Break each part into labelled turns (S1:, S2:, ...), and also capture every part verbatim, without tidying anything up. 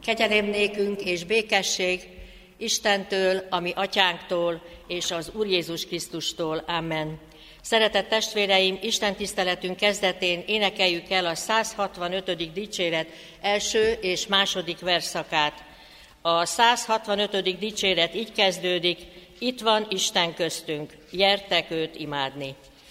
S1: Kegyelem nékünk és békesség Istentől, a mi atyánktól és az Úr Jézus Krisztustól. Amen. Szeretett testvéreim, Isten tiszteletünk kezdetén énekeljük el a száz hatvanötödik dicséret első és második versszakát. A száz hatvanötödik dicséret így kezdődik: itt van Isten köztünk, gyertek őt imádni.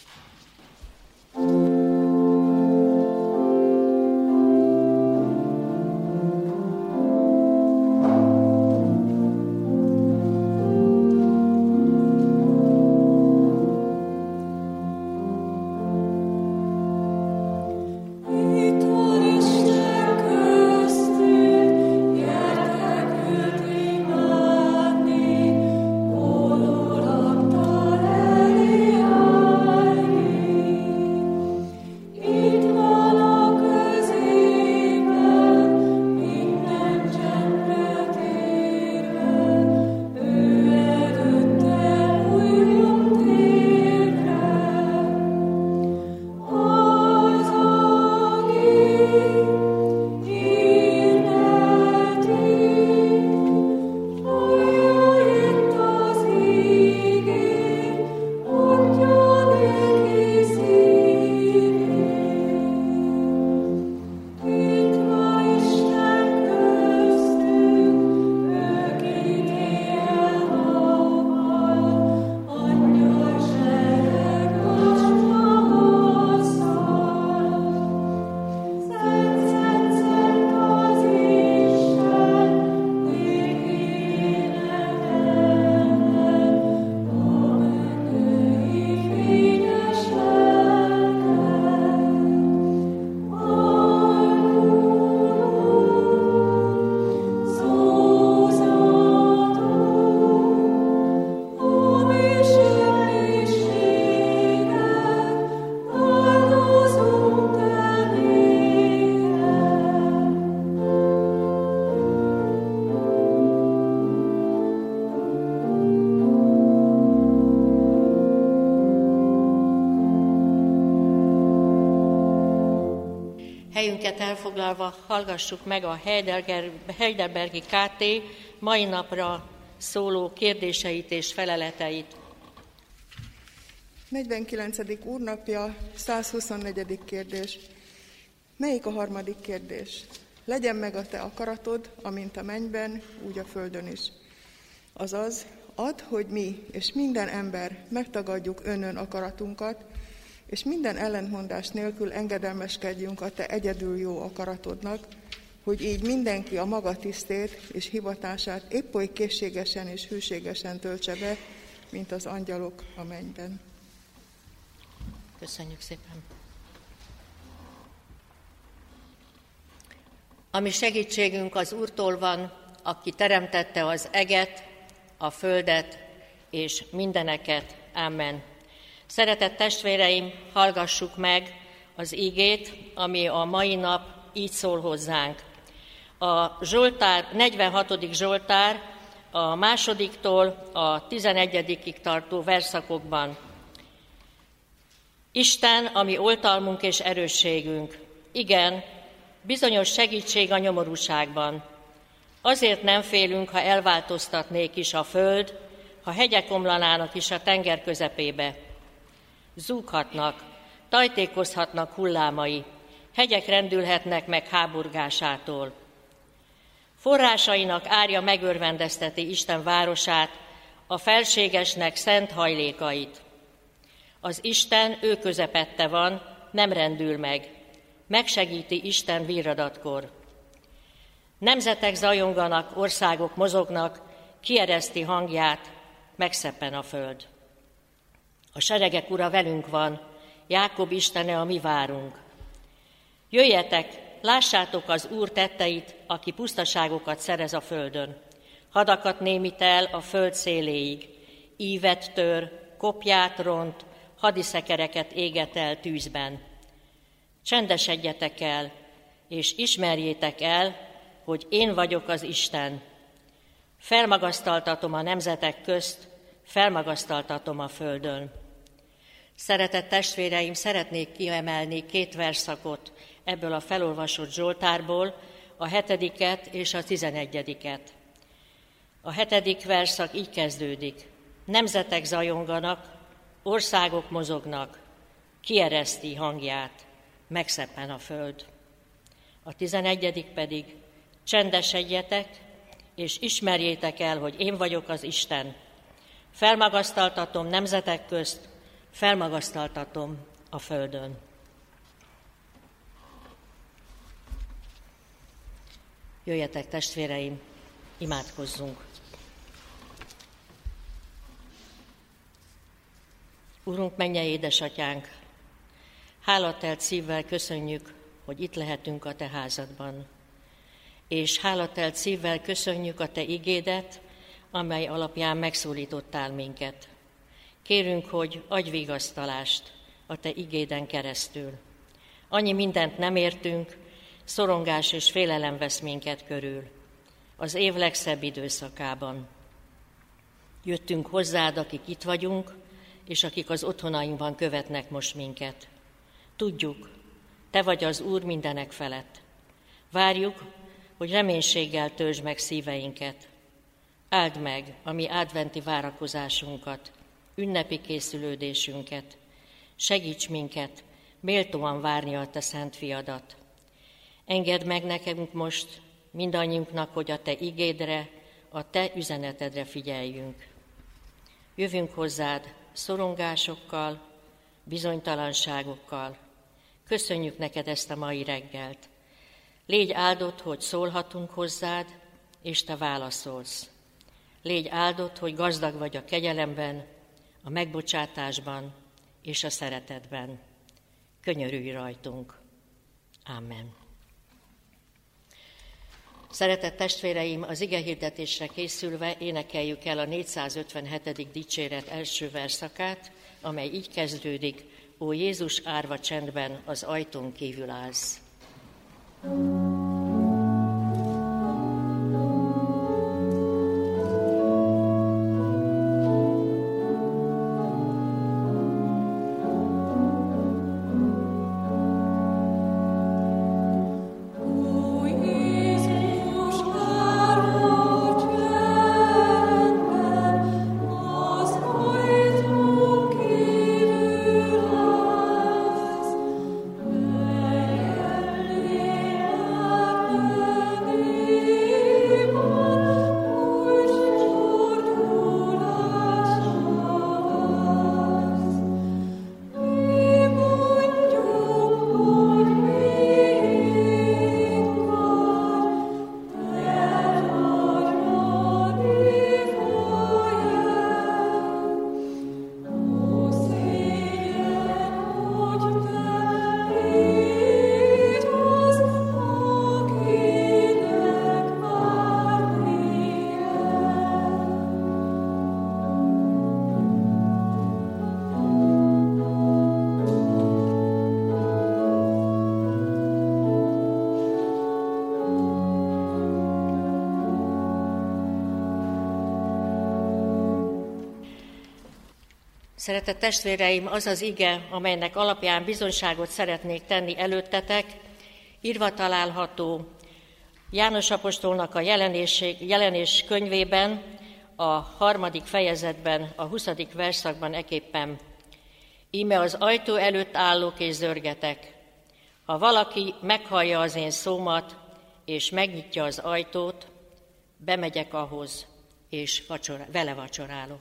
S1: Helyünket elfoglalva hallgassuk meg a Heidelbergi ká té mai napra szóló kérdéseit és feleleteit.
S2: negyvenkilencedik úrnapja, száz huszonnegyedik kérdés. Melyik a harmadik kérdés? Legyen meg a te akaratod, amint a mennyben, úgy a földön is. Azaz, add, hogy mi és minden ember megtagadjuk önön akaratunkat, és minden ellentmondás nélkül engedelmeskedjünk a te egyedül jó akaratodnak, hogy így mindenki a maga tisztét és hivatását épp oly készségesen és hűségesen töltse be, mint az angyalok a mennyben.
S1: Köszönjük szépen! A mi segítségünk az Úrtól van, aki teremtette az eget, a földet és mindeneket. Amen. Szeretett testvéreim, hallgassuk meg az igét, ami a mai nap így szól hozzánk. A Zsoltár, negyvenhatodik Zsoltár a másodiktól a tizenegyedikig tartó versszakokban. Isten, ami oltalmunk és erősségünk. Igen, bizonyos segítség a nyomorúságban. Azért nem félünk, ha elváltoztatnék is a föld, ha hegyek omlanának is a tenger közepébe. Zúghatnak, tajtékozhatnak hullámai, hegyek rendülhetnek meg háborgásától. Forrásainak árja megörvendezteti Isten városát, a felségesnek szent hajlékait. Az Isten ő közepette van, nem rendül meg, megsegíti Isten virradatkor. Nemzetek zajonganak, országok mozognak, kiereszti hangját, megszeppen a föld. A seregek ura velünk van, Jákob Istene a mi várunk. Jöjjetek, lássátok az Úr tetteit, aki pusztaságokat szerez a földön. Hadakat némít el a föld széléig, ívet tör, kopját ront, hadiszekereket éget el tűzben. Csendesedjetek el, és ismerjétek el, hogy én vagyok az Isten. Felmagasztaltatom a nemzetek közt, felmagasztaltatom a földön. Szeretett testvéreim, szeretnék kiemelni két versszakot ebből a felolvasott Zsoltárból, a hetediket és a tizenegyediket. A hetedik verszak így kezdődik. Nemzetek zajonganak, országok mozognak, kiereszti hangját, megszeppen a föld. A tizenegyedik pedig, csendesedjetek, és ismerjétek el, hogy én vagyok az Isten. Felmagasztaltatom nemzetek közt, felmagasztaltatom a földön. Jöjjetek, testvéreim, imádkozzunk. Urunk, mennyei édesatyánk, hálatelt szívvel köszönjük, hogy itt lehetünk a te házadban. És hálatelt szívvel köszönjük a te igédet, amely alapján megszólítottál minket. Kérünk, hogy adj vigasztalást a te igéden keresztül. Annyi mindent nem értünk, szorongás és félelem vesz minket körül. Az év legszebb időszakában. Jöttünk hozzád, akik itt vagyunk, és akik az otthonainkban követnek most minket. Tudjuk, te vagy az Úr mindenek felett. Várjuk, hogy reménységgel töltsd meg szíveinket. Áld meg a mi adventi várakozásunkat, ünnepi készülődésünket. Segíts minket méltóan várni a te szent fiadat. Engedd meg nekünk most mindannyiunknak, hogy a te igédre, a te üzenetedre figyeljünk. Jövünk hozzád szorongásokkal, bizonytalanságokkal. Köszönjük neked ezt a mai reggelt. Légy áldott, hogy szólhatunk hozzád, és te válaszolsz. Légy áldott, hogy gazdag vagy a kegyelemben, a megbocsátásban és a szeretetben. Könyörülj rajtunk. Amen. Szeretett testvéreim, az igehirdetésre készülve énekeljük el a négyszázötvenhetedik dicséret első verszakát, amely így kezdődik: Ó Jézus, árva csendben az ajtón kívül állsz. Szeretett testvéreim, az az ige, amelynek alapján bizonyságot szeretnék tenni előttetek, írva található János apostolnak a jelenés könyvében, a harmadik fejezetben, a huszadik verszakban eképpen: Íme az ajtó előtt állok és zörgetek. Ha valaki meghallja az én szómat, és megnyitja az ajtót, bemegyek ahhoz, és vacsora, vele vacsorálok.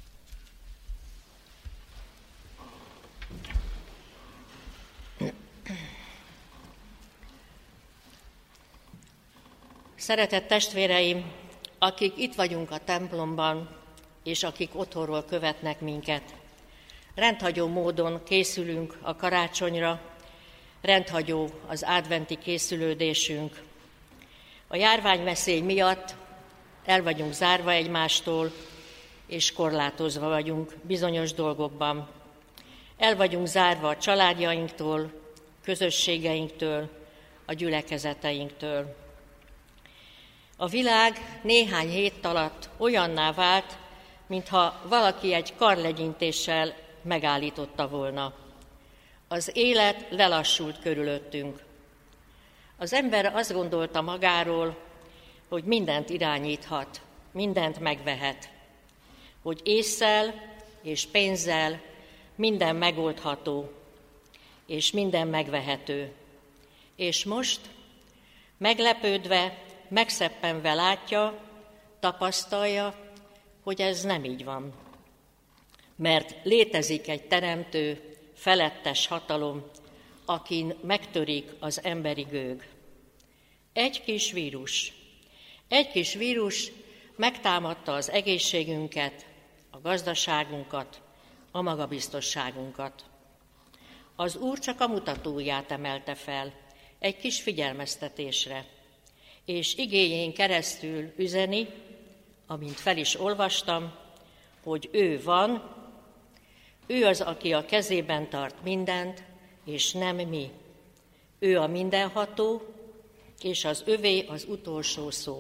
S1: Szeretett testvéreim, akik itt vagyunk a templomban, és akik otthonról követnek minket, rendhagyó módon készülünk a karácsonyra, rendhagyó az adventi készülődésünk. A járványveszély miatt el vagyunk zárva egymástól, és korlátozva vagyunk bizonyos dolgokban. El vagyunk zárva a családjainktól, közösségeinktől, a gyülekezeteinktől. A világ néhány hét alatt olyanná vált, mintha valaki egy karlegyintéssel megállította volna. Az élet lelassult körülöttünk. Az ember azt gondolta magáról, hogy mindent irányíthat, mindent megvehet, hogy ésszel és pénzzel minden megoldható, és minden megvehető. És most meglepődve, megszeppenve látja, tapasztalja, hogy ez nem így van. Mert létezik egy teremtő, felettes hatalom, akin megtörik az emberi gőg. Egy kis vírus, egy kis vírus megtámadta az egészségünket, a gazdaságunkat, a magabiztosságunkat. Az Úr csak a mutatóját emelte fel, egy kis figyelmeztetésre, és igéjén keresztül üzeni, amint fel is olvastam, hogy ő van, ő az, aki a kezében tart mindent, és nem mi. Ő a mindenható, és az övé az utolsó szó.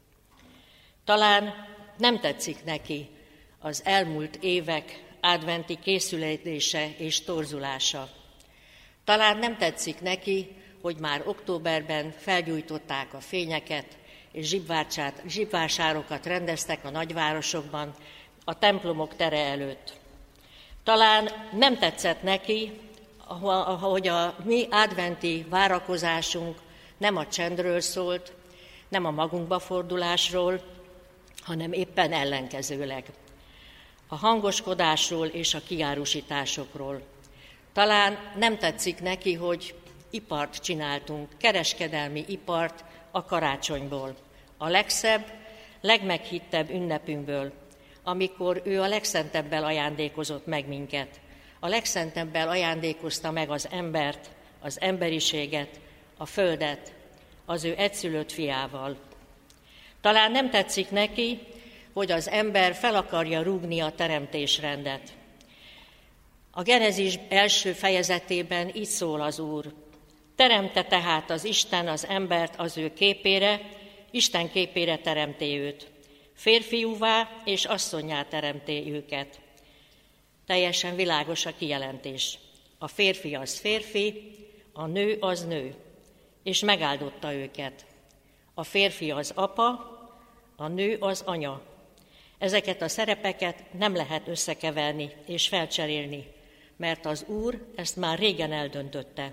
S1: Talán nem tetszik neki az elmúlt évek adventi készülése és torzulása. Talán nem tetszik neki, hogy már októberben felgyújtották a fényeket, és zsibvásárokat rendeztek a nagyvárosokban, a templomok tere előtt. Talán nem tetszett neki, hogy a mi adventi várakozásunk nem a csendről szólt, nem a magunkba fordulásról, hanem éppen ellenkezőleg. A hangoskodásról és a kiárusításokról. Talán nem tetszik neki, hogy ipart csináltunk, kereskedelmi ipart a karácsonyból, a legszebb, legmeghittebb ünnepünkből, amikor ő a legszentebbel ajándékozott meg minket. A legszentebbel ajándékozta meg az embert, az emberiséget, a földet, az ő egyszülött fiával. Talán nem tetszik neki, hogy az ember fel akarja rúgni a teremtésrendet. A Genezis első fejezetében így szól az Úr. Teremte tehát az Isten az embert az ő képére, Isten képére teremté őt. Férfiúvá és asszonnyá teremté őket. Teljesen világos a kijelentés. A férfi az férfi, a nő az nő, és megáldotta őket. A férfi az apa, a nő az anya. Ezeket a szerepeket nem lehet összekeverni és felcserélni, mert az Úr ezt már régen eldöntötte.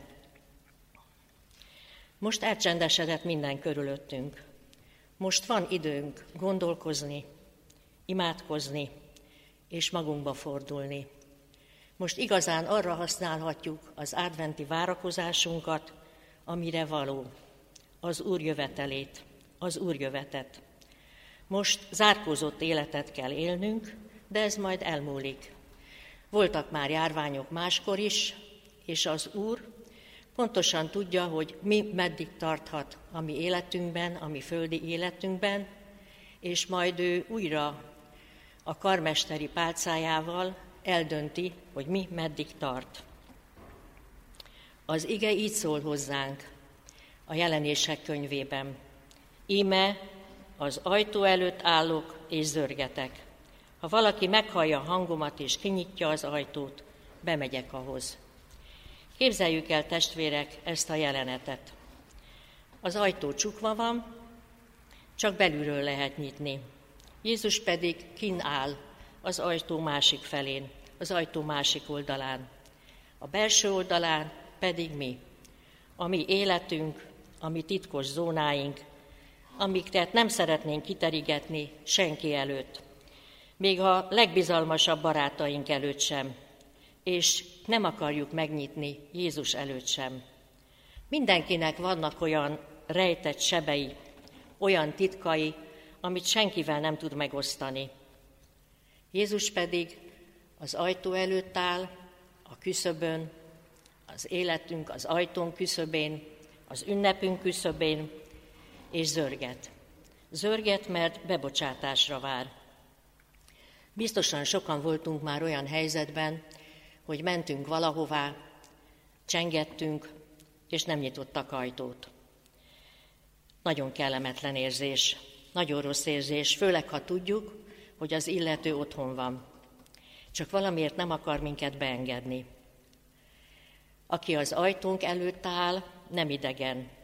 S1: Most elcsendesedett minden körülöttünk. Most van időnk gondolkozni, imádkozni és magunkba fordulni. Most igazán arra használhatjuk az adventi várakozásunkat, amire való, az Úr jövetelét, az Úr jövetet. Most zárkózott életet kell élnünk, de ez majd elmúlik. Voltak már járványok máskor is, és az Úr pontosan tudja, hogy mi meddig tarthat a mi életünkben, a mi földi életünkben, és majd ő újra a karmesteri pálcájával eldönti, hogy mi meddig tart. Az ige így szól hozzánk a Jelenések könyvében. Íme az ajtó előtt állok és zörgetek. Ha valaki meghallja a hangomat és kinyitja az ajtót, bemegyek ahhoz. Képzeljük el, testvérek, ezt a jelenetet. Az ajtó csukva van, csak belülről lehet nyitni. Jézus pedig kinn áll az ajtó másik felén, az ajtó másik oldalán. A belső oldalán pedig mi, a mi életünk, a mi titkos zónáink, amiket nem szeretnénk kiterigetni senki előtt, még a legbizalmasabb barátaink előtt sem, és nem akarjuk megnyitni Jézus előtt sem. Mindenkinek vannak olyan rejtett sebei, olyan titkai, amit senkivel nem tud megosztani. Jézus pedig az ajtó előtt áll, a küszöbön, az életünk, az ajtón küszöbén, az ünnepünk küszöbén, és zörget. Zörget, mert bebocsátásra vár. Biztosan sokan voltunk már olyan helyzetben, hogy mentünk valahová, csengettünk, és nem nyitottak ajtót. Nagyon kellemetlen érzés, nagyon rossz érzés, főleg ha tudjuk, hogy az illető otthon van. Csak valamiért nem akar minket beengedni. Aki az ajtónk előtt áll, nem idegen.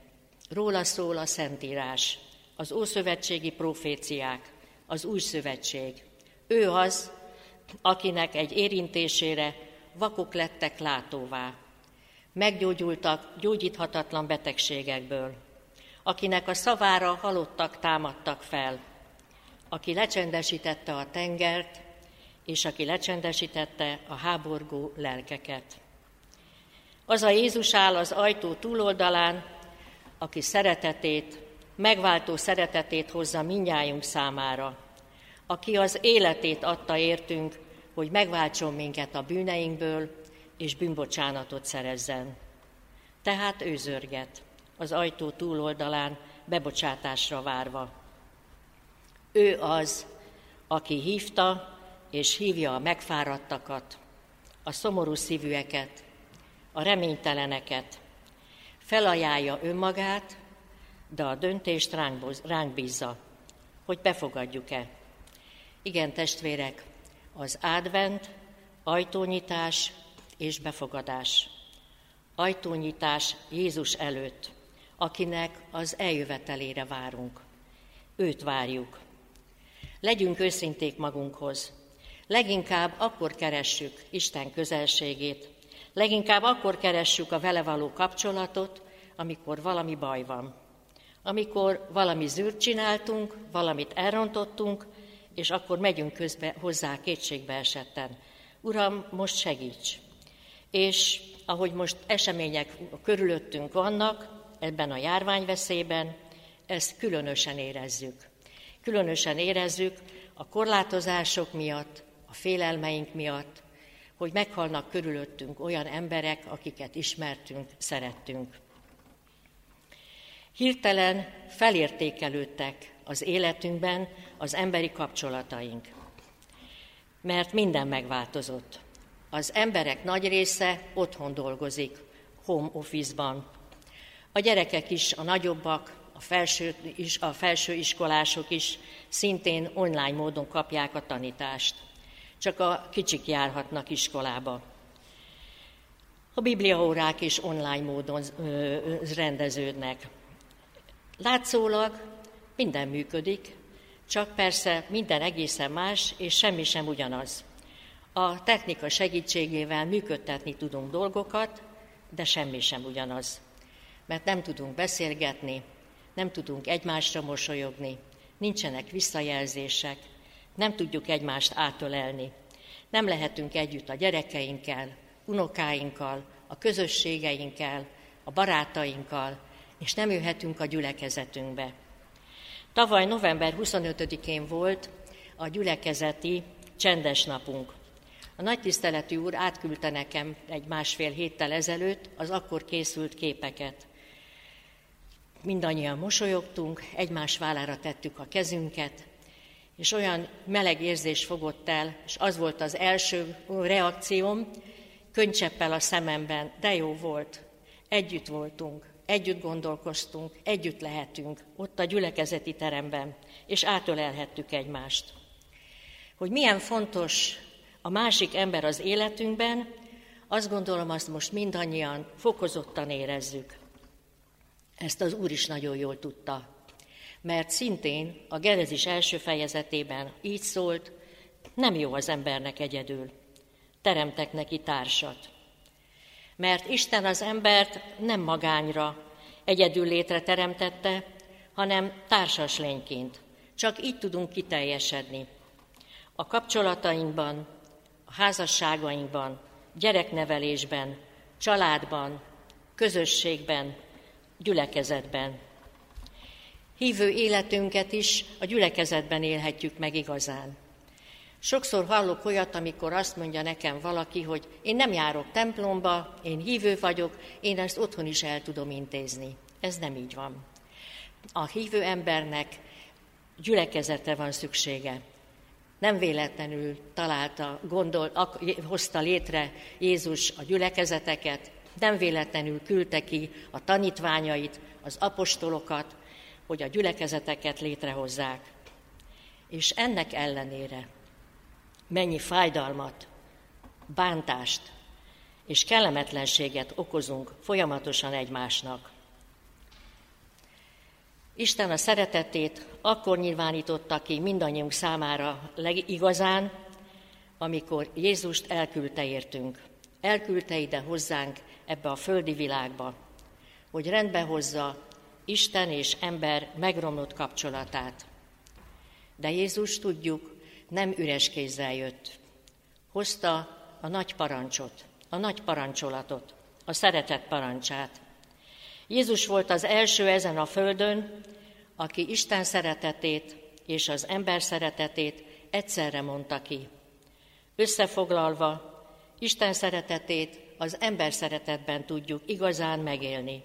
S1: Róla szól a Szentírás, az ószövetségi proféciák, az új szövetség. Ő az, akinek egy érintésére vakok lettek látóvá, meggyógyultak gyógyíthatatlan betegségekből, akinek a szavára halottak támadtak fel, aki lecsendesítette a tengert, és aki lecsendesítette a háborgó lelkeket. Az a Jézus áll az ajtó túloldalán, aki szeretetét, megváltó szeretetét hozza mindnyájunk számára, aki az életét adta értünk, hogy megváltson minket a bűneinkből, és bűnbocsánatot szerezzen. Tehát ő zörget, az ajtó túloldalán bebocsátásra várva. Ő az, aki hívta és hívja a megfáradtakat, a szomorú szívűeket, a reményteleneket. Felajánlja önmagát, de a döntést ránk bízza, hogy befogadjuk-e. Igen, testvérek, az advent, ajtónyitás és befogadás. Ajtónyitás Jézus előtt, akinek az eljövetelére várunk. Őt várjuk. Legyünk őszinték magunkhoz. Leginkább akkor keressük Isten közelségét, leginkább akkor keressük a vele való kapcsolatot, amikor valami baj van. Amikor valami zűrt csináltunk, valamit elrontottunk, és akkor megyünk közbe hozzá kétségbe esetten. Uram, most segíts! És ahogy most események körülöttünk vannak, ebben a járványveszélyben, ezt különösen érezzük. Különösen érezzük a korlátozások miatt, a félelmeink miatt, hogy meghalnak körülöttünk olyan emberek, akiket ismertünk, szerettünk. Hirtelen felértékelődtek az életünkben az emberi kapcsolataink, mert minden megváltozott. Az emberek nagy része otthon dolgozik, home office-ban. A gyerekek is, a nagyobbak, a felső, a felsőiskolások is szintén online módon kapják a tanítást. Csak a kicsik járhatnak iskolába. A bibliaórák is online módon rendeződnek. Látszólag minden működik, csak persze minden egészen más, és semmi sem ugyanaz. A technika segítségével működtetni tudunk dolgokat, de semmi sem ugyanaz. Mert nem tudunk beszélgetni, nem tudunk egymásra mosolyogni, nincsenek visszajelzések, nem tudjuk egymást átölelni. Nem lehetünk együtt a gyerekeinkkel, unokáinkkal, a közösségeinkkel, a barátainkkal, és nem jöhetünk a gyülekezetünkbe. Tavaly november huszonötödikén volt a gyülekezeti csendes napunk. A nagytiszteletű úr átküldte nekem egy másfél héttel ezelőtt az akkor készült képeket. Mindannyian mosolyogtunk, egymás vállára tettük a kezünket, és olyan meleg érzés fogott el, és az volt az első reakcióm, könycseppel a szememben, de jó volt, együtt voltunk, együtt gondolkoztunk, együtt lehetünk ott a gyülekezeti teremben, és átölelhettük egymást. Hogy milyen fontos a másik ember az életünkben, azt gondolom, azt most mindannyian fokozottan érezzük. Ezt az Úr is nagyon jól tudta, mert szintén a Genezis első fejezetében így szólt, nem jó az embernek egyedül, teremtek neki társat. Mert Isten az embert nem magányra, egyedül létre teremtette, hanem társas lényként. Csak így tudunk kiteljesedni. A kapcsolatainkban, a házasságainkban, gyereknevelésben, családban, közösségben, gyülekezetben. Hívő életünket is a gyülekezetben élhetjük meg igazán. Sokszor hallok olyat, amikor azt mondja nekem valaki, hogy én nem járok templomba, én hívő vagyok, én ezt otthon is el tudom intézni. Ez nem így van. A hívő embernek gyülekezetre van szüksége. Nem véletlenül találta, gondol, hozta létre Jézus a gyülekezeteket, nem véletlenül küldte ki a tanítványait, az apostolokat, hogy a gyülekezeteket létrehozzák. És ennek ellenére mennyi fájdalmat, bántást és kellemetlenséget okozunk folyamatosan egymásnak. Isten a szeretetét akkor nyilvánította ki mindannyiunk számára legigazán, amikor Jézust elküldte értünk. Elküldte ide hozzánk ebbe a földi világba, hogy rendbe hozza Isten és ember megromlott kapcsolatát. De Jézus, tudjuk, nem üres kézzel jött. Hozta a nagy parancsot, a nagy parancsolatot, a szeretet parancsát. Jézus volt az első ezen a földön, aki Isten szeretetét és az ember szeretetét egyszerre mondta ki. Összefoglalva, Isten szeretetét az ember szeretetben tudjuk igazán megélni.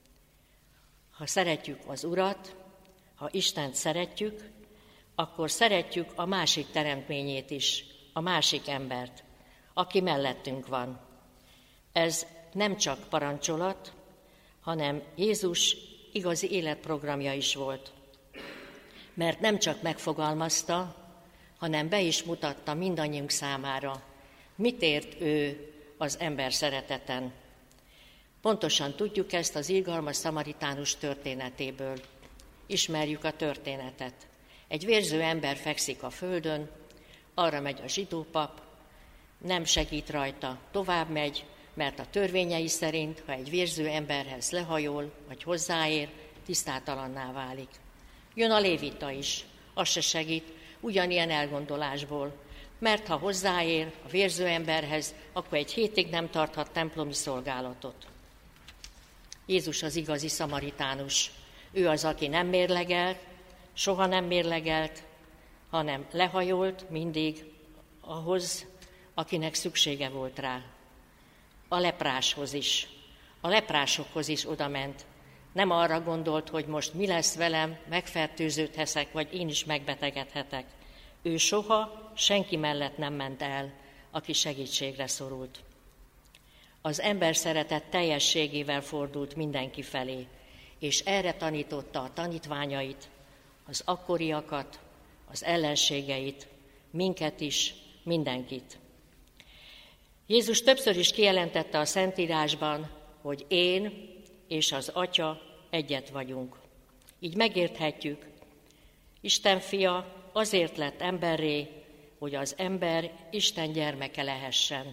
S1: Ha szeretjük az Urat, ha Istent szeretjük, akkor szeretjük a másik teremtményét is, a másik embert, aki mellettünk van. Ez nem csak parancsolat, hanem Jézus igazi életprogramja is volt. Mert nem csak megfogalmazta, hanem be is mutatta mindannyiunk számára, mit ért ő az ember szereteten. Pontosan tudjuk ezt az irgalmas szamaritánus történetéből. Ismerjük a történetet. Egy vérző ember fekszik a földön, arra megy a zsidó pap, nem segít rajta, tovább megy, mert a törvényei szerint, ha egy vérző emberhez lehajol, vagy hozzáér, tisztátalanná válik. Jön a lévita is, az se segít, ugyanilyen elgondolásból, mert ha hozzáér a vérző emberhez, akkor egy hétig nem tarthat templomi szolgálatot. Jézus az igazi szamaritánus. Ő az, aki nem mérlegelt, soha nem mérlegelt, hanem lehajolt mindig ahhoz, akinek szüksége volt rá. A lepráshoz is, a leprásokhoz is odament. Nem arra gondolt, hogy most mi lesz velem, megfertőződhetek, vagy én is megbetegedhetek. Ő soha senki mellett nem ment el, aki segítségre szorult. Az ember szeretet teljességével fordult mindenki felé, és erre tanította a tanítványait, az akkoriakat, az ellenségeit, minket is, mindenkit. Jézus többször is kijelentette a Szentírásban, hogy én és az Atya egyet vagyunk. Így megérthetjük, Isten fia azért lett emberré, hogy az ember Isten gyermeke lehessen.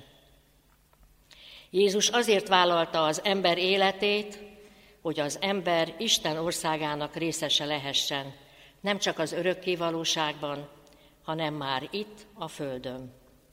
S1: Jézus azért vállalta az ember életét, hogy az ember Isten országának részese lehessen, nem csak az örökké valóságban, hanem már itt a földön.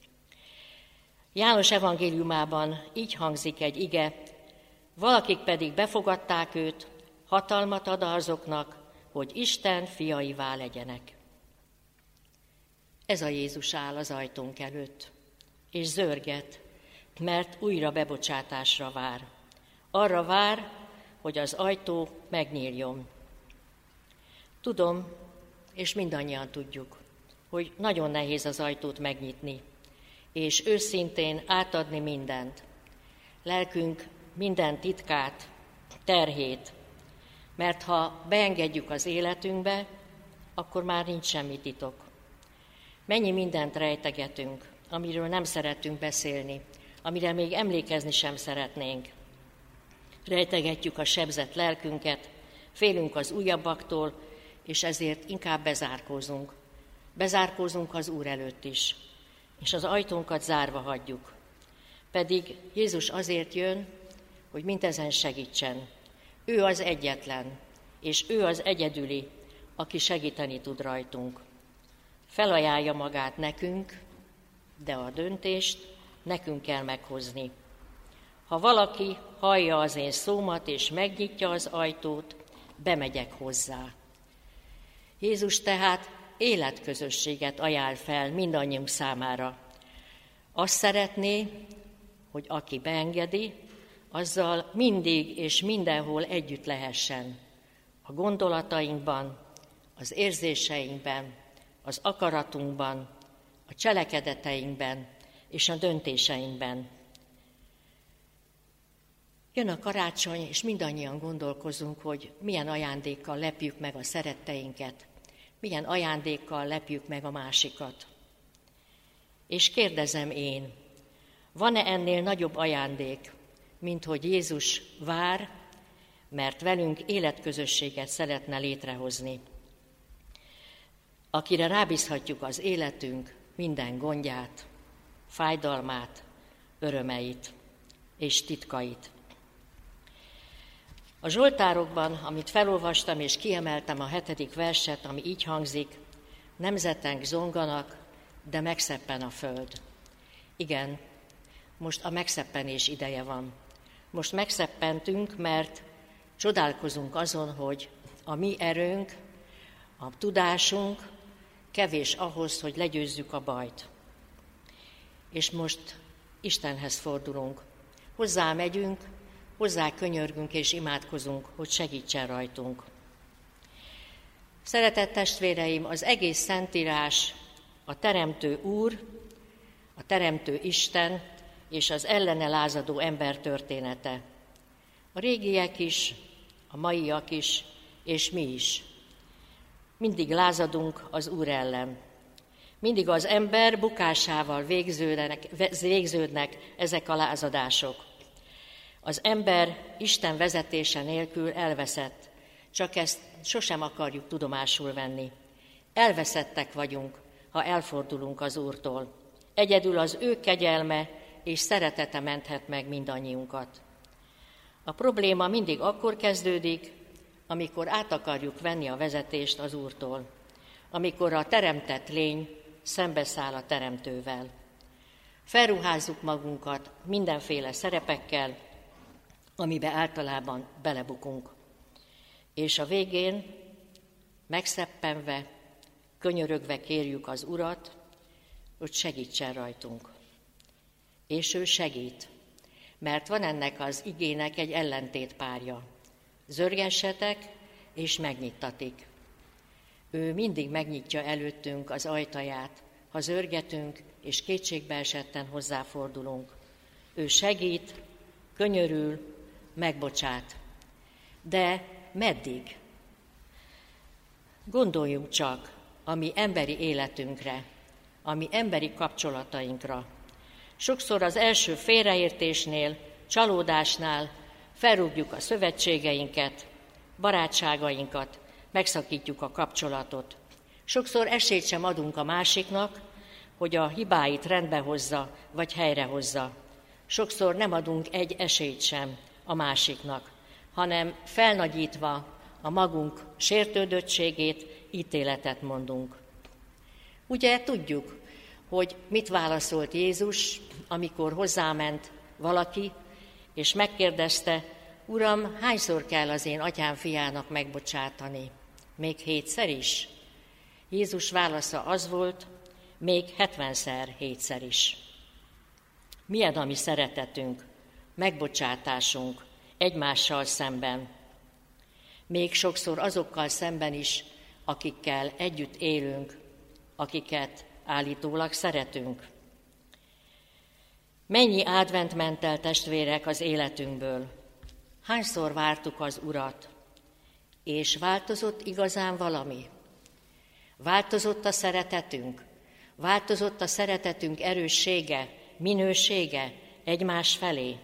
S1: János evangéliumában így hangzik egy ige, valakik pedig befogadták őt, hatalmat ad azoknak, hogy Isten fiaivá legyenek. Ez a Jézus áll az ajtónk előtt, és zörget, mert újra bebocsátásra vár. Arra vár, hogy az ajtó megnyíljon. Tudom, és mindannyian tudjuk, hogy nagyon nehéz az ajtót megnyitni, és őszintén átadni mindent. Lelkünk minden titkát, terhét, mert ha beengedjük az életünkbe, akkor már nincs semmi titok. Mennyi mindent rejtegetünk, amiről nem szeretünk beszélni, amire még emlékezni sem szeretnénk. Rejtegetjük a sebzett lelkünket, félünk az újabbaktól, és ezért inkább bezárkózunk. Bezárkózunk az Úr előtt is, és az ajtónkat zárva hagyjuk. Pedig Jézus azért jön, hogy mindezen segítsen. Ő az egyetlen, és ő az egyedüli, aki segíteni tud rajtunk. Felajánlja magát nekünk, de a döntést nekünk kell meghozni. Ha valaki hallja az én szómat, és megnyitja az ajtót, bemegyek hozzá. Jézus tehát életközösséget ajánl fel mindannyiunk számára. Azt szeretné, hogy aki beengedi, azzal mindig és mindenhol együtt lehessen. A gondolatainkban, az érzéseinkben, az akaratunkban, a cselekedeteinkben és a döntéseinkben. Jön a karácsony, és mindannyian gondolkozunk, hogy milyen ajándékkal lepjük meg a szeretteinket, milyen ajándékkal lepjük meg a másikat. És kérdezem én, van-e ennél nagyobb ajándék, mint hogy Jézus vár, mert velünk életközösséget szeretne létrehozni, akire rábízhatjuk az életünk minden gondját, fájdalmát, örömeit és titkait. A Zsoltárokban, amit felolvastam és kiemeltem a hetedik verset, ami így hangzik: nemzetenk zonganak, de megszeppen a föld. Igen, most a megszeppenés ideje van. Most megszeppentünk, mert csodálkozunk azon, hogy a mi erőnk, a tudásunk kevés ahhoz, hogy legyőzzük a bajt. És most Istenhez fordulunk. Hozzá megyünk, hozzá könyörgünk és imádkozunk, hogy segítsen rajtunk. Szeretett testvéreim, az egész Szentírás a Teremtő Úr, a Teremtő Isten és az ellene lázadó ember története. A régiek is, a maiak is, és mi is. Mindig lázadunk az Úr ellen. Mindig az ember bukásával végződnek, végződnek ezek a lázadások. Az ember Isten vezetése nélkül elveszett, csak ezt sosem akarjuk tudomásul venni. Elveszettek vagyunk, ha elfordulunk az Úrtól. Egyedül az ő kegyelme és szeretete menthet meg mindannyiunkat. A probléma mindig akkor kezdődik, amikor át akarjuk venni a vezetést az Úrtól, amikor a teremtett lény szembeszáll a Teremtővel. Felruházzuk magunkat mindenféle szerepekkel, amibe általában belebukunk. És a végén megszeppenve, könyörögve kérjük az Urat, hogy segítsen rajtunk. És ő segít, mert van ennek az igének egy ellentétpárja. Zörgessetek, és megnyittatik. Ő mindig megnyitja előttünk az ajtaját, ha zörgetünk, és kétségbeesetten hozzáfordulunk. Ő segít, könyörül, megbocsát. De meddig? Gondoljunk csak a mi emberi életünkre, a mi emberi kapcsolatainkra. Sokszor az első félreértésnél, csalódásnál felrúgjuk a szövetségeinket, barátságainkat, megszakítjuk a kapcsolatot. Sokszor esélyt sem adunk a másiknak, hogy a hibáit rendbe hozza, vagy helyrehozza. Sokszor nem adunk egy esélyt sem a másiknak, hanem felnagyítva a magunk sértődöttségét, ítéletet mondunk. Ugye tudjuk, hogy mit válaszolt Jézus, amikor hozzáment valaki, és megkérdezte: Uram, hányszor kell az én atyám fiának megbocsátani? Még hétszer is? Jézus válasza az volt: még hetvenszer hétszer is. Milyen a mi szeretetünk, megbocsátásunk egymással szemben? Még sokszor azokkal szemben is, akikkel együtt élünk, akiket állítólag szeretünk. Mennyi advent ment el, testvérek, az életünkből? Hányszor vártuk az Urat? És változott igazán valami? Változott a szeretetünk? Változott a szeretetünk erőssége, minősége egymás felé?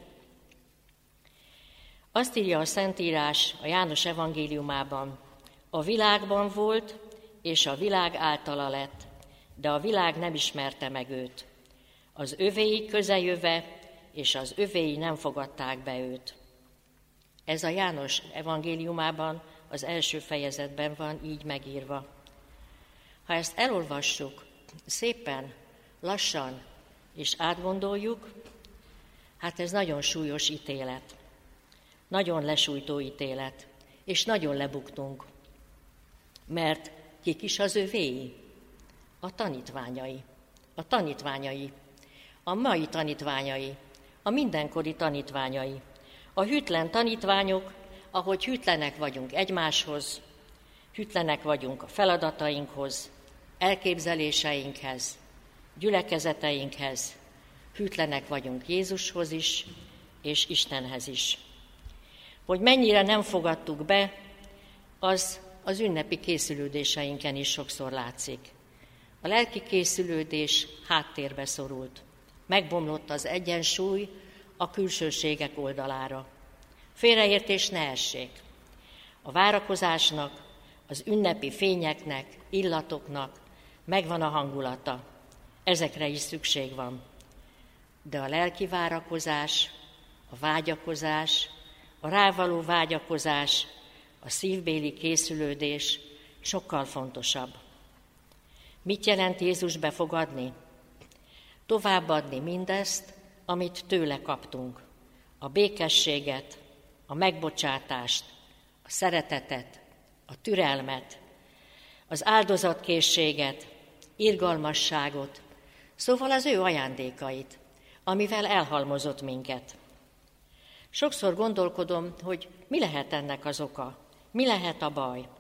S1: Azt írja a Szentírás a János evangéliumában: a világban volt, és a világ általa lett, de a világ nem ismerte meg őt. Az övéi közeljöve, és az övéi nem fogadták be őt. Ez a János evangéliumában az első fejezetben van így megírva. Ha ezt elolvassuk szépen, lassan és átgondoljuk, hát ez nagyon súlyos ítélet. Nagyon lesújtó ítélet, és nagyon lebuktunk. Mert kik is az övéi? A tanítványai. A tanítványai. A mai tanítványai. A mindenkori tanítványai. A hűtlen tanítványok, ahogy hűtlenek vagyunk egymáshoz, hűtlenek vagyunk a feladatainkhoz, elképzeléseinkhez, gyülekezeteinkhez, hűtlenek vagyunk Jézushoz is, és Istenhez is. Hogy mennyire nem fogadtuk be, az az ünnepi készülődéseinken is sokszor látszik. A lelki készülődés háttérbe szorult. Megbomlott az egyensúly a külsőségek oldalára. Félreértés ne essék. A várakozásnak, az ünnepi fényeknek, illatoknak megvan a hangulata. Ezekre is szükség van. De a lelki várakozás, a vágyakozás, a rávaló vágyakozás, a szívbéli készülődés sokkal fontosabb. Mit jelent Jézus befogadni? Továbbadni mindezt, amit tőle kaptunk. A békességet, a megbocsátást, a szeretetet, a türelmet, az áldozatkészséget, irgalmasságot, szóval az ő ajándékait, amivel elhalmozott minket. Sokszor gondolkodom, hogy mi lehet ennek az oka, mi lehet a baj.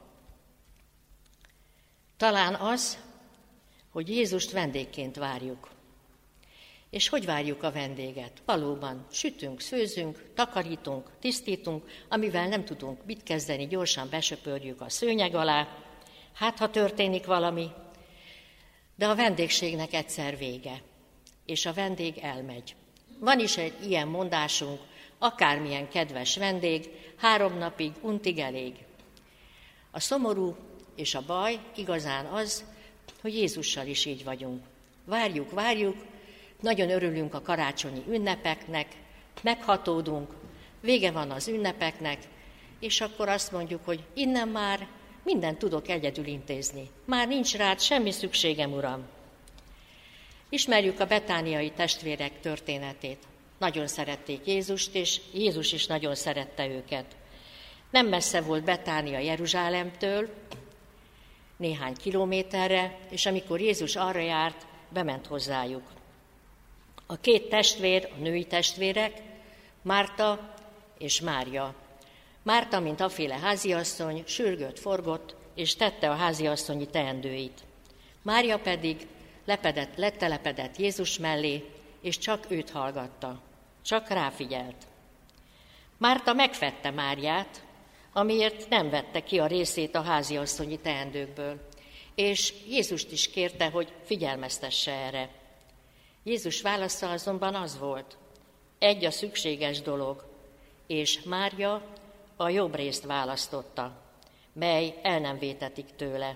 S1: Talán az, hogy Jézust vendégként várjuk. És hogy várjuk a vendéget? Valóban sütünk, főzünk, takarítunk, tisztítunk, amivel nem tudunk mit kezdeni, gyorsan besöpörjük a szőnyeg alá, hát ha történik valami, de a vendégségnek egyszer vége, és a vendég elmegy. Van is egy ilyen mondásunk, akármilyen kedves vendég, három napig untig elég. A szomorú és a baj igazán az, hogy Jézussal is így vagyunk. Várjuk, várjuk, nagyon örülünk a karácsonyi ünnepeknek, meghatódunk, vége van az ünnepeknek, és akkor azt mondjuk, hogy innen már mindent tudok egyedül intézni. Már nincs rád semmi szükségem, Uram. Ismerjük a betániai testvérek történetét. Nagyon szerették Jézust, és Jézus is nagyon szerette őket. Nem messze volt Betánia Jeruzsálemtől, néhány kilométerre, és amikor Jézus arra járt, bement hozzájuk. A két testvér, a női testvérek, Márta és Mária. Márta, mint aféle háziasszony, sürgött, forgott, és tette a háziasszonyi teendőit. Mária pedig lepedett, letelepedett Jézus mellé, és csak őt hallgatta, csak ráfigyelt. Márta megfette Máriát, amiért nem vette ki a részét a háziasszonyi teendőkből, és Jézust is kérte, hogy figyelmeztesse erre. Jézus válasza azonban az volt, egy a szükséges dolog, és Mária a jobb részt választotta, mely el nem vétetik tőle.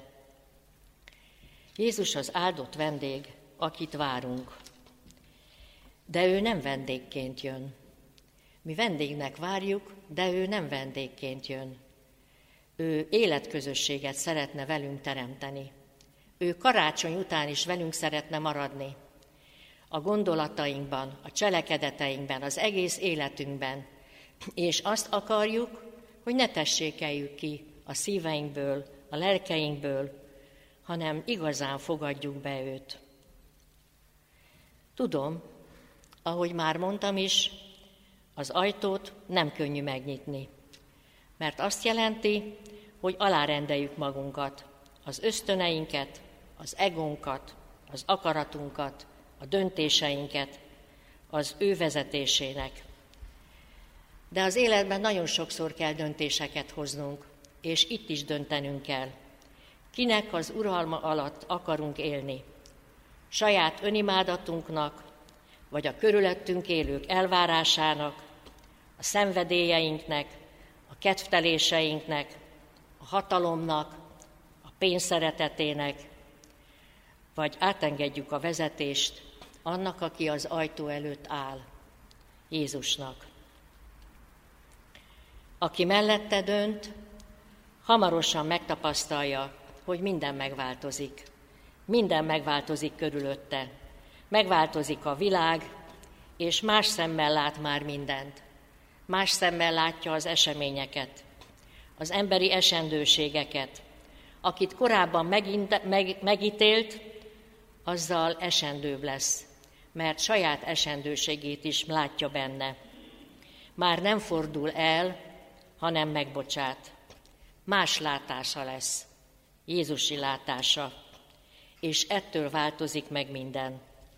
S1: Jézus az áldott vendég, akit várunk. De ő nem vendégként jön. Mi vendégnek várjuk, de ő nem vendégként jön. Ő életközösséget szeretne velünk teremteni. Ő karácsony után is velünk szeretne maradni. A gondolatainkban, a cselekedeteinkben, az egész életünkben. És azt akarjuk, hogy ne tessékeljük ki a szíveinkből, a lelkeinkből, hanem igazán fogadjuk be őt. Tudom, ahogy már mondtam is, az ajtót nem könnyű megnyitni, mert azt jelenti, hogy alárendeljük magunkat, az ösztöneinket, az egónkat, az akaratunkat, a döntéseinket az ő vezetésének. De az életben nagyon sokszor kell döntéseket hoznunk, és itt is döntenünk kell. Kinek az uralma alatt akarunk élni? Saját önimádatunknak, vagy a körülöttünk élők elvárásának, a szenvedélyeinknek, a kedvteléseinknek, a hatalomnak, a pénz szeretetének, vagy átengedjük a vezetést annak, aki az ajtó előtt áll, Jézusnak. Aki mellette dönt, hamarosan megtapasztalja, hogy minden megváltozik. Minden megváltozik körülötte. Megváltozik a világ, és más szemmel lát már mindent. Más szemmel látja az eseményeket, az emberi esendőségeket. Akit korábban megint, meg, megítélt, azzal esendőbb lesz, mert saját esendőségét is látja benne. Már nem fordul el, hanem megbocsát. Más látása lesz, Jézusi látása, és ettől változik meg minden.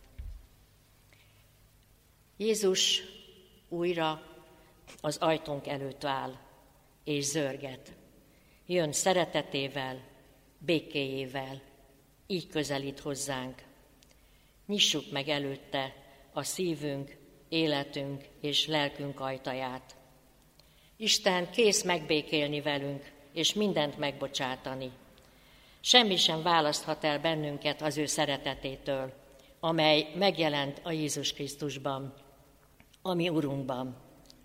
S1: Jézus újra az ajtónk előtt áll, és zörget. Jön szeretetével, békéjével, így közelít hozzánk. Nyissuk meg előtte a szívünk, életünk és lelkünk ajtaját. Isten kész megbékélni velünk, és mindent megbocsátani. Semmi sem választhat el bennünket az ő szeretetétől, amely megjelent a Jézus Krisztusban, a mi Urunkban.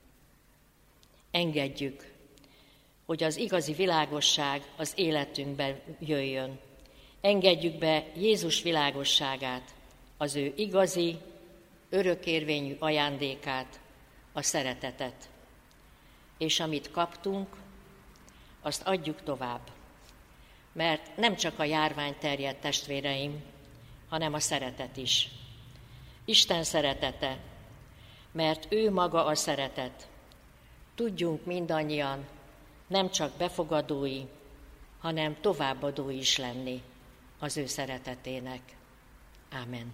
S1: Engedjük, hogy az igazi világosság az életünkbe jöjjön. Engedjük be Jézus világosságát, az ő igazi, örökérvényű ajándékát, a szeretetet. És amit kaptunk, azt adjuk tovább. Mert nem csak a járvány terjed, testvéreim, hanem a szeretet is. Isten szeretete, mert ő maga a szeretet. Tudjunk mindannyian nem csak befogadói, hanem továbbadói is lenni az ő szeretetének. Ámen.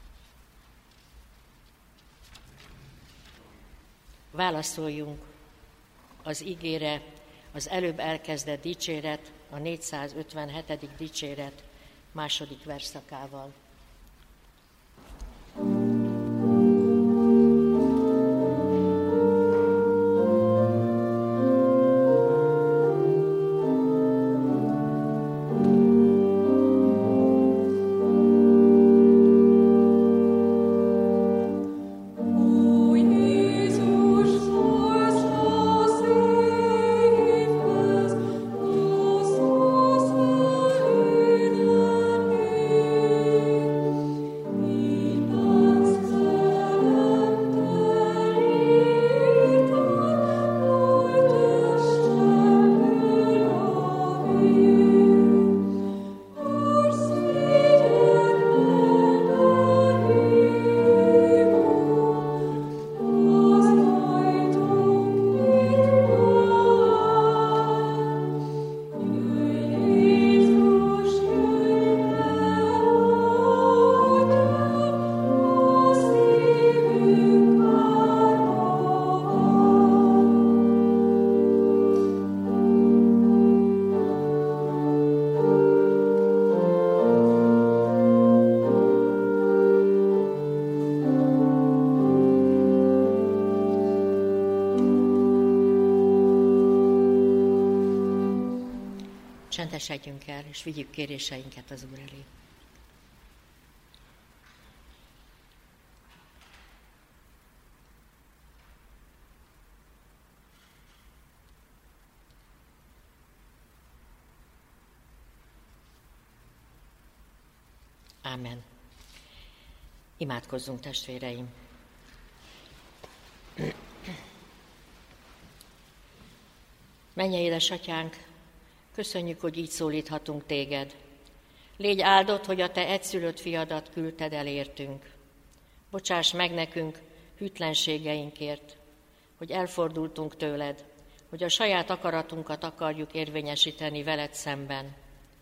S1: Válaszoljunk az igére, az előbb elkezdett dicséret, a négyszázötvenhetedik dicséret második versszakával. Csendesedjünk el, és vigyük kéréseinket az Úr elé. Ámen. Imádkozzunk, testvéreim! Mennyei édesatyánk, köszönjük, hogy így szólíthatunk téged. Légy áldott, hogy a te egyszülött fiadat küldted el értünk. Bocsáss meg nekünk hűtlenségeinkért, hogy elfordultunk tőled, hogy a saját akaratunkat akarjuk érvényesíteni veled szemben.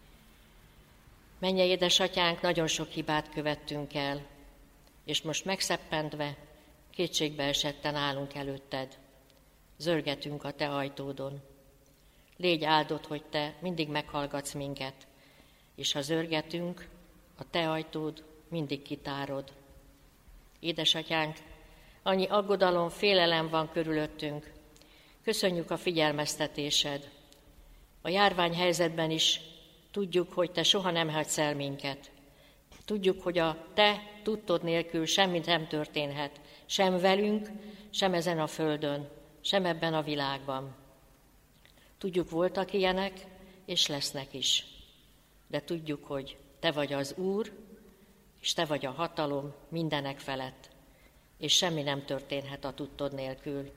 S1: Mennyei édesatyánk, nagyon sok hibát követtünk el, és most megszeppentve, kétségbe esetten állunk előtted. Zörgetünk a te ajtódon. Légy áldott, hogy te mindig meghallgatsz minket, és ha zörgetünk, a te ajtód mindig kitárod. Édesatyánk, annyi aggodalom, félelem van körülöttünk. Köszönjük a figyelmeztetésed. A járványhelyzetben is tudjuk, hogy te soha nem hagysz el minket. Tudjuk, hogy a te tudtod nélkül semmit nem történhet, sem velünk, sem ezen a földön, sem ebben a világban. Tudjuk, voltak ilyenek, és lesznek is. De tudjuk, hogy te vagy az Úr, és te vagy a hatalom mindenek felett, és semmi nem történhet a tudtod nélkül.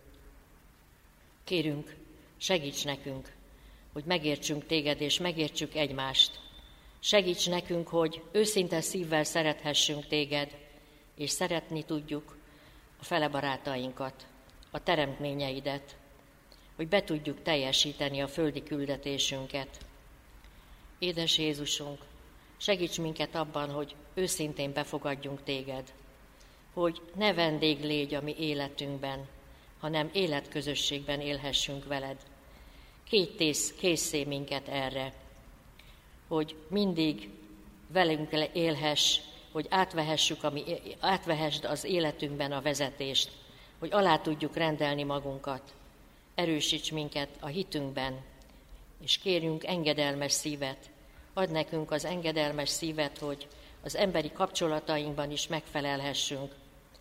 S1: Kérünk, segíts nekünk, hogy megértsünk téged, és megértsük egymást. Segíts nekünk, hogy őszinte szívvel szerethessünk téged, és szeretni tudjuk a fele barátainkat, a teremtményeidet, hogy be tudjuk teljesíteni a földi küldetésünket. Édes Jézusunk, segíts minket abban, hogy őszintén befogadjunk téged, hogy ne vendég légy a mi életünkben, hanem életközösségben élhessünk veled. Kész, készé minket erre, hogy mindig velünk élhess, hogy átvehessük, ami, átvehessd az életünkben a vezetést, hogy alá tudjuk rendelni magunkat, Erősíts minket a hitünkben, és kérjünk engedelmes szívet. Add nekünk az engedelmes szívet, hogy az emberi kapcsolatainkban is megfelelhessünk,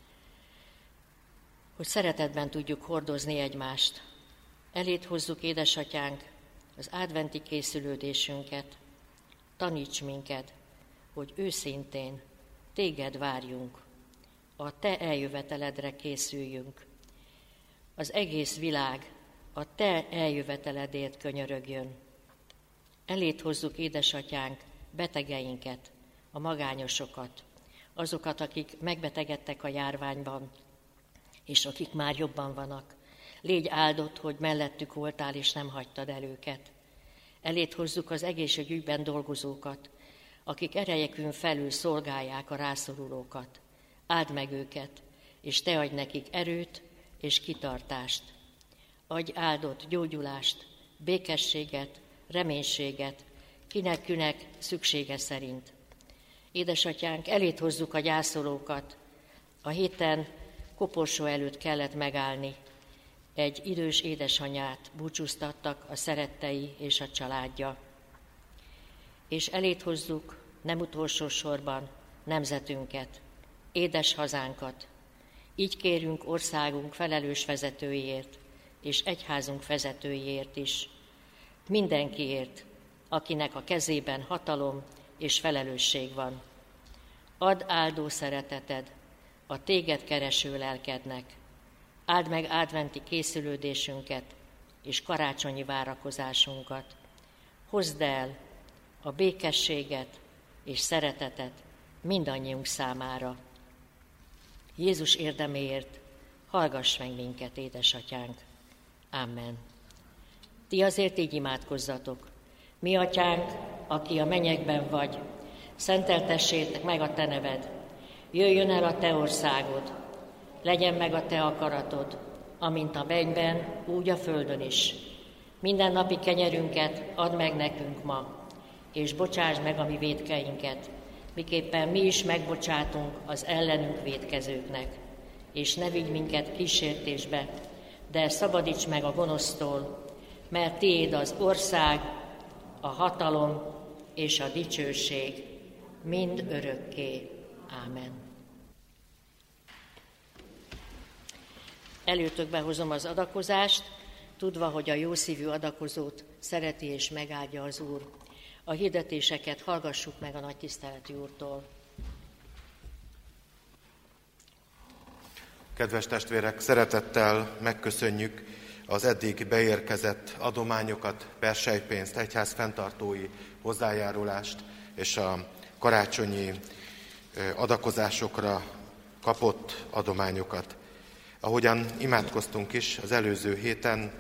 S1: hogy szeretetben tudjuk hordozni egymást. Eléd hozzuk, édesatyánk, az adventi készülődésünket. Taníts minket, hogy őszintén téged várjunk, a te eljöveteledre készüljünk. Az egész világ a te eljöveteledért könyörögjön. Eléd hozzuk, édesatyánk, betegeinket, a magányosokat, azokat, akik megbetegedtek a járványban, és akik már jobban vannak. Légy áldott, hogy mellettük voltál, és nem hagytad el őket. Eléd hozzuk az egészségügyben dolgozókat, akik erejekön felül szolgálják a rászorulókat. Áld meg őket, és te adj nekik erőt és kitartást. Adj áldott gyógyulást, békességet, reménységet, kinek-kinek szüksége szerint. Édesatyánk, eléd hozzuk a gyászolókat. A héten koporsó előtt kellett megállni. Egy idős édesanyát búcsúztattak a szerettei és a családja. És eléd hozzuk, nem utolsó sorban, nemzetünket, édes hazánkat. Így kérünk országunk felelős vezetőjéért, és egyházunk vezetőjéért is. Mindenkiért, akinek a kezében hatalom és felelősség van. Add áldó szereteted a téged kereső lelkednek. Áld meg adventi készülődésünket és karácsonyi várakozásunkat. Hozd el a békességet és szeretetet mindannyiunk számára. Jézus érdeméért hallgass meg minket, édesatyánk. Amen. Ti azért így imádkozzatok. Mi, atyánk, aki a mennyekben vagy, szenteltessétek meg a te neved. Jöjjön el a te országod. Legyen meg a te akaratod, amint a mennyben, úgy a földön is. Minden napi kenyerünket add meg nekünk ma, és bocsásd meg a mi vétkeinket, miképpen mi is megbocsátunk az ellenünk vétkezőknek. És ne vigy minket kísértésbe, de szabadíts meg a gonosztól, mert tiéd az ország, a hatalom és a dicsőség mind örökké. Ámen. Előtökbe hozom az adakozást, tudva, hogy a jószívű adakozót szereti és megáldja az Úr. A hirdetéseket hallgassuk meg a nagytiszteletű Úrtól.
S3: Kedves testvérek, szeretettel megköszönjük az eddig beérkezett adományokat, perselypénzt, egyház fenntartói hozzájárulást és a karácsonyi adakozásokra kapott adományokat. Ahogyan imádkoztunk is az előző héten,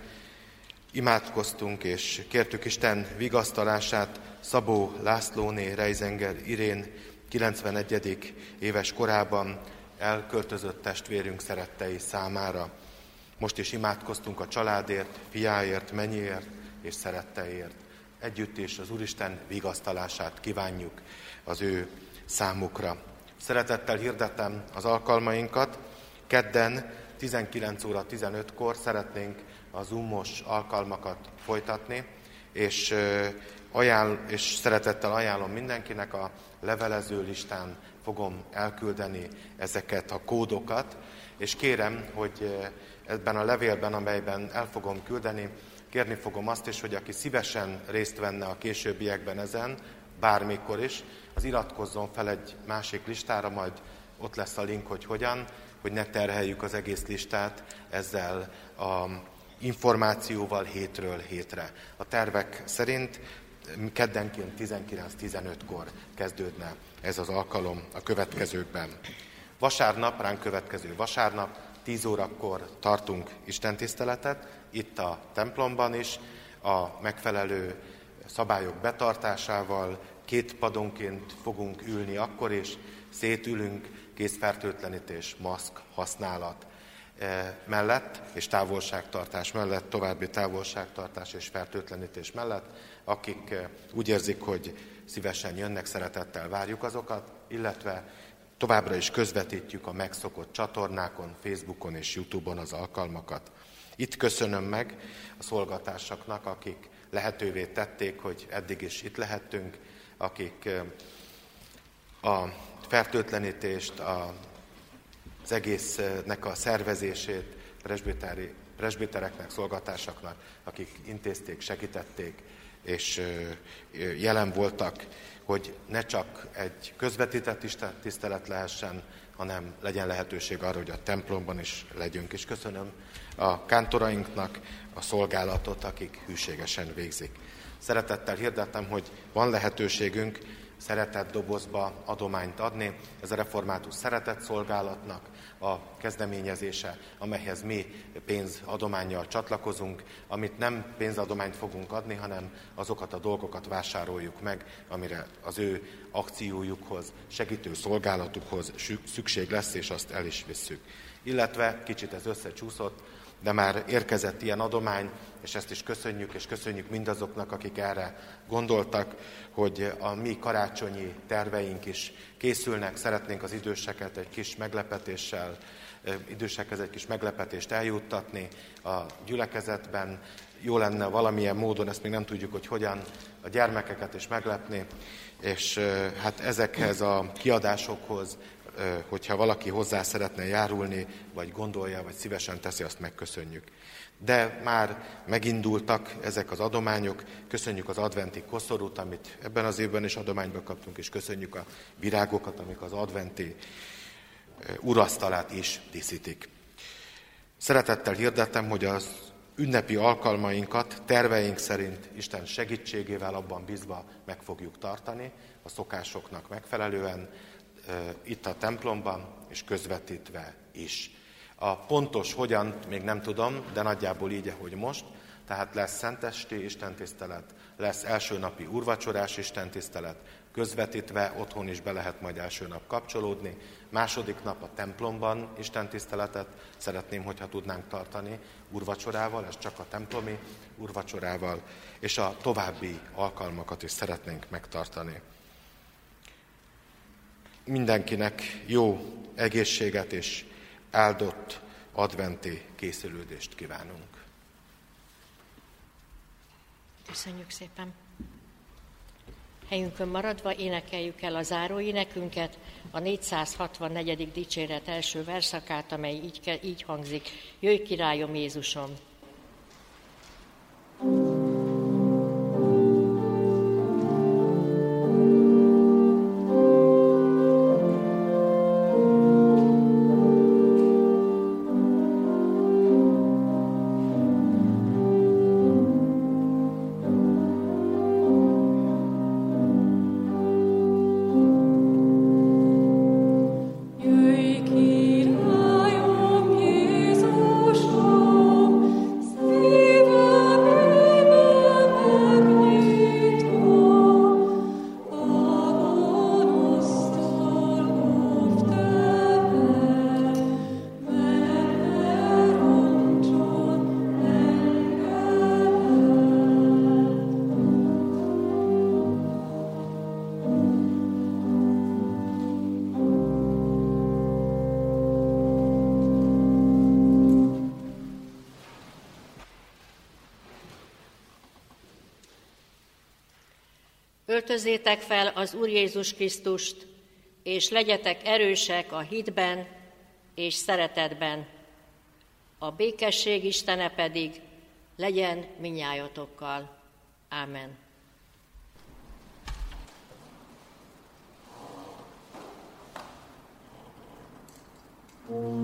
S3: imádkoztunk és kértük Isten vigasztalását Szabó Lászlóné Reisenger Irén kilencvenegyedik éves korában elköltözött testvérünk szerettei számára. Most is imádkoztunk a családért, fiáért, mennyéért és szeretteiért. Együtt is az Úristen vigasztalását kívánjuk az ő számukra. Szeretettel hirdetem az alkalmainkat. Kedden tizenkilenc óra tizenötkor szeretnénk a Zoom-os alkalmakat folytatni, és, ajánl, és szeretettel ajánlom mindenkinek, a levelező listán fogom elküldeni ezeket a kódokat, és kérem, hogy ebben a levélben, amelyben el fogom küldeni, kérni fogom azt is, hogy aki szívesen részt venne a későbbiekben ezen, bármikor is, az iratkozzon fel egy másik listára, majd ott lesz a link, hogy hogyan, hogy ne terheljük az egész listát ezzel a információval hétről hétre. A tervek szerint keddenként tizenkilenc tizenötkor kezdődne ez az alkalom a következőkben. Vasárnap, ránk következő vasárnap, tíz órakor tartunk istentiszteletet, itt a templomban is, a megfelelő szabályok betartásával, két padonként fogunk ülni akkor is, szétülünk, kézfertőtlenítés, maszk használat mellett, és távolságtartás mellett, további távolságtartás és fertőtlenítés mellett, akik úgy érzik, hogy szívesen jönnek, szeretettel várjuk azokat, illetve továbbra is közvetítjük a megszokott csatornákon, Facebookon és YouTube-on az alkalmakat. Itt köszönöm meg a szolgatársaknak, akik lehetővé tették, hogy eddig is itt lehettünk, akik a fertőtlenítést, az egésznek a szervezését, presbiteri, presbitereknek, szolgatársaknak, akik intézték, segítették, és jelen voltak, hogy ne csak egy közvetített tisztelet lehessen, hanem legyen lehetőség arra, hogy a templomban is legyünk. És köszönöm a kántorainknak a szolgálatot, akik hűségesen végzik. Szeretettel hirdettem, hogy van lehetőségünk szeretett dobozba adományt adni. Ez a Református Szeretett Szolgálatnak a kezdeményezése, amelyhez mi pénzadománnyal csatlakozunk, amit nem pénzadományt fogunk adni, hanem azokat a dolgokat vásároljuk meg, amire az ő akciójukhoz, segítő szolgálatukhoz szükség lesz, és azt el is visszük. Illetve kicsit ez összecsúszott, de már érkezett ilyen adomány, és ezt is köszönjük, és köszönjük mindazoknak, akik erre gondoltak, hogy a mi karácsonyi terveink is készülnek, szeretnénk az időseket egy kis meglepetéssel, idősekhez egy kis meglepetést eljuttatni a gyülekezetben. Jó lenne valamilyen módon, ezt még nem tudjuk, hogy hogyan, a gyermekeket is meglepni, és hát ezekhez a kiadásokhoz, hogyha valaki hozzá szeretne járulni, vagy gondolja, vagy szívesen teszi, azt megköszönjük. De már megindultak ezek az adományok, köszönjük az adventi koszorút, amit ebben az évben is adományba kaptunk, és köszönjük a virágokat, amik az adventi urasztalát is díszítik. Szeretettel hirdettem, hogy az ünnepi alkalmainkat terveink szerint Isten segítségével abban bízva meg fogjuk tartani, a szokásoknak megfelelően, itt a templomban, és közvetítve is. A pontos hogyan még nem tudom, de nagyjából így, ahogy most, tehát lesz szentesti istentisztelet, lesz első napi úrvacsorás istentisztelet, közvetítve otthon is be lehet majd első nap kapcsolódni, második nap a templomban istentiszteletet szeretném, hogyha tudnánk tartani úrvacsorával, ez csak a templomi úrvacsorával, és a további alkalmakat is szeretnénk megtartani. Mindenkinek jó egészséget és áldott adventi készülődést kívánunk.
S1: Köszönjük szépen! Helyünkön maradva énekeljük el a záróénekünket, a négyszázhatvannegyedik dicséret első verszakát, amely így, így hangzik: Jöjj, királyom Jézusom! Öltözzétek fel az Úr Jézus Krisztust, és legyetek erősek a hitben és szeretetben. A békesség Istene pedig legyen minnyájatokkal. Ámen. Mm.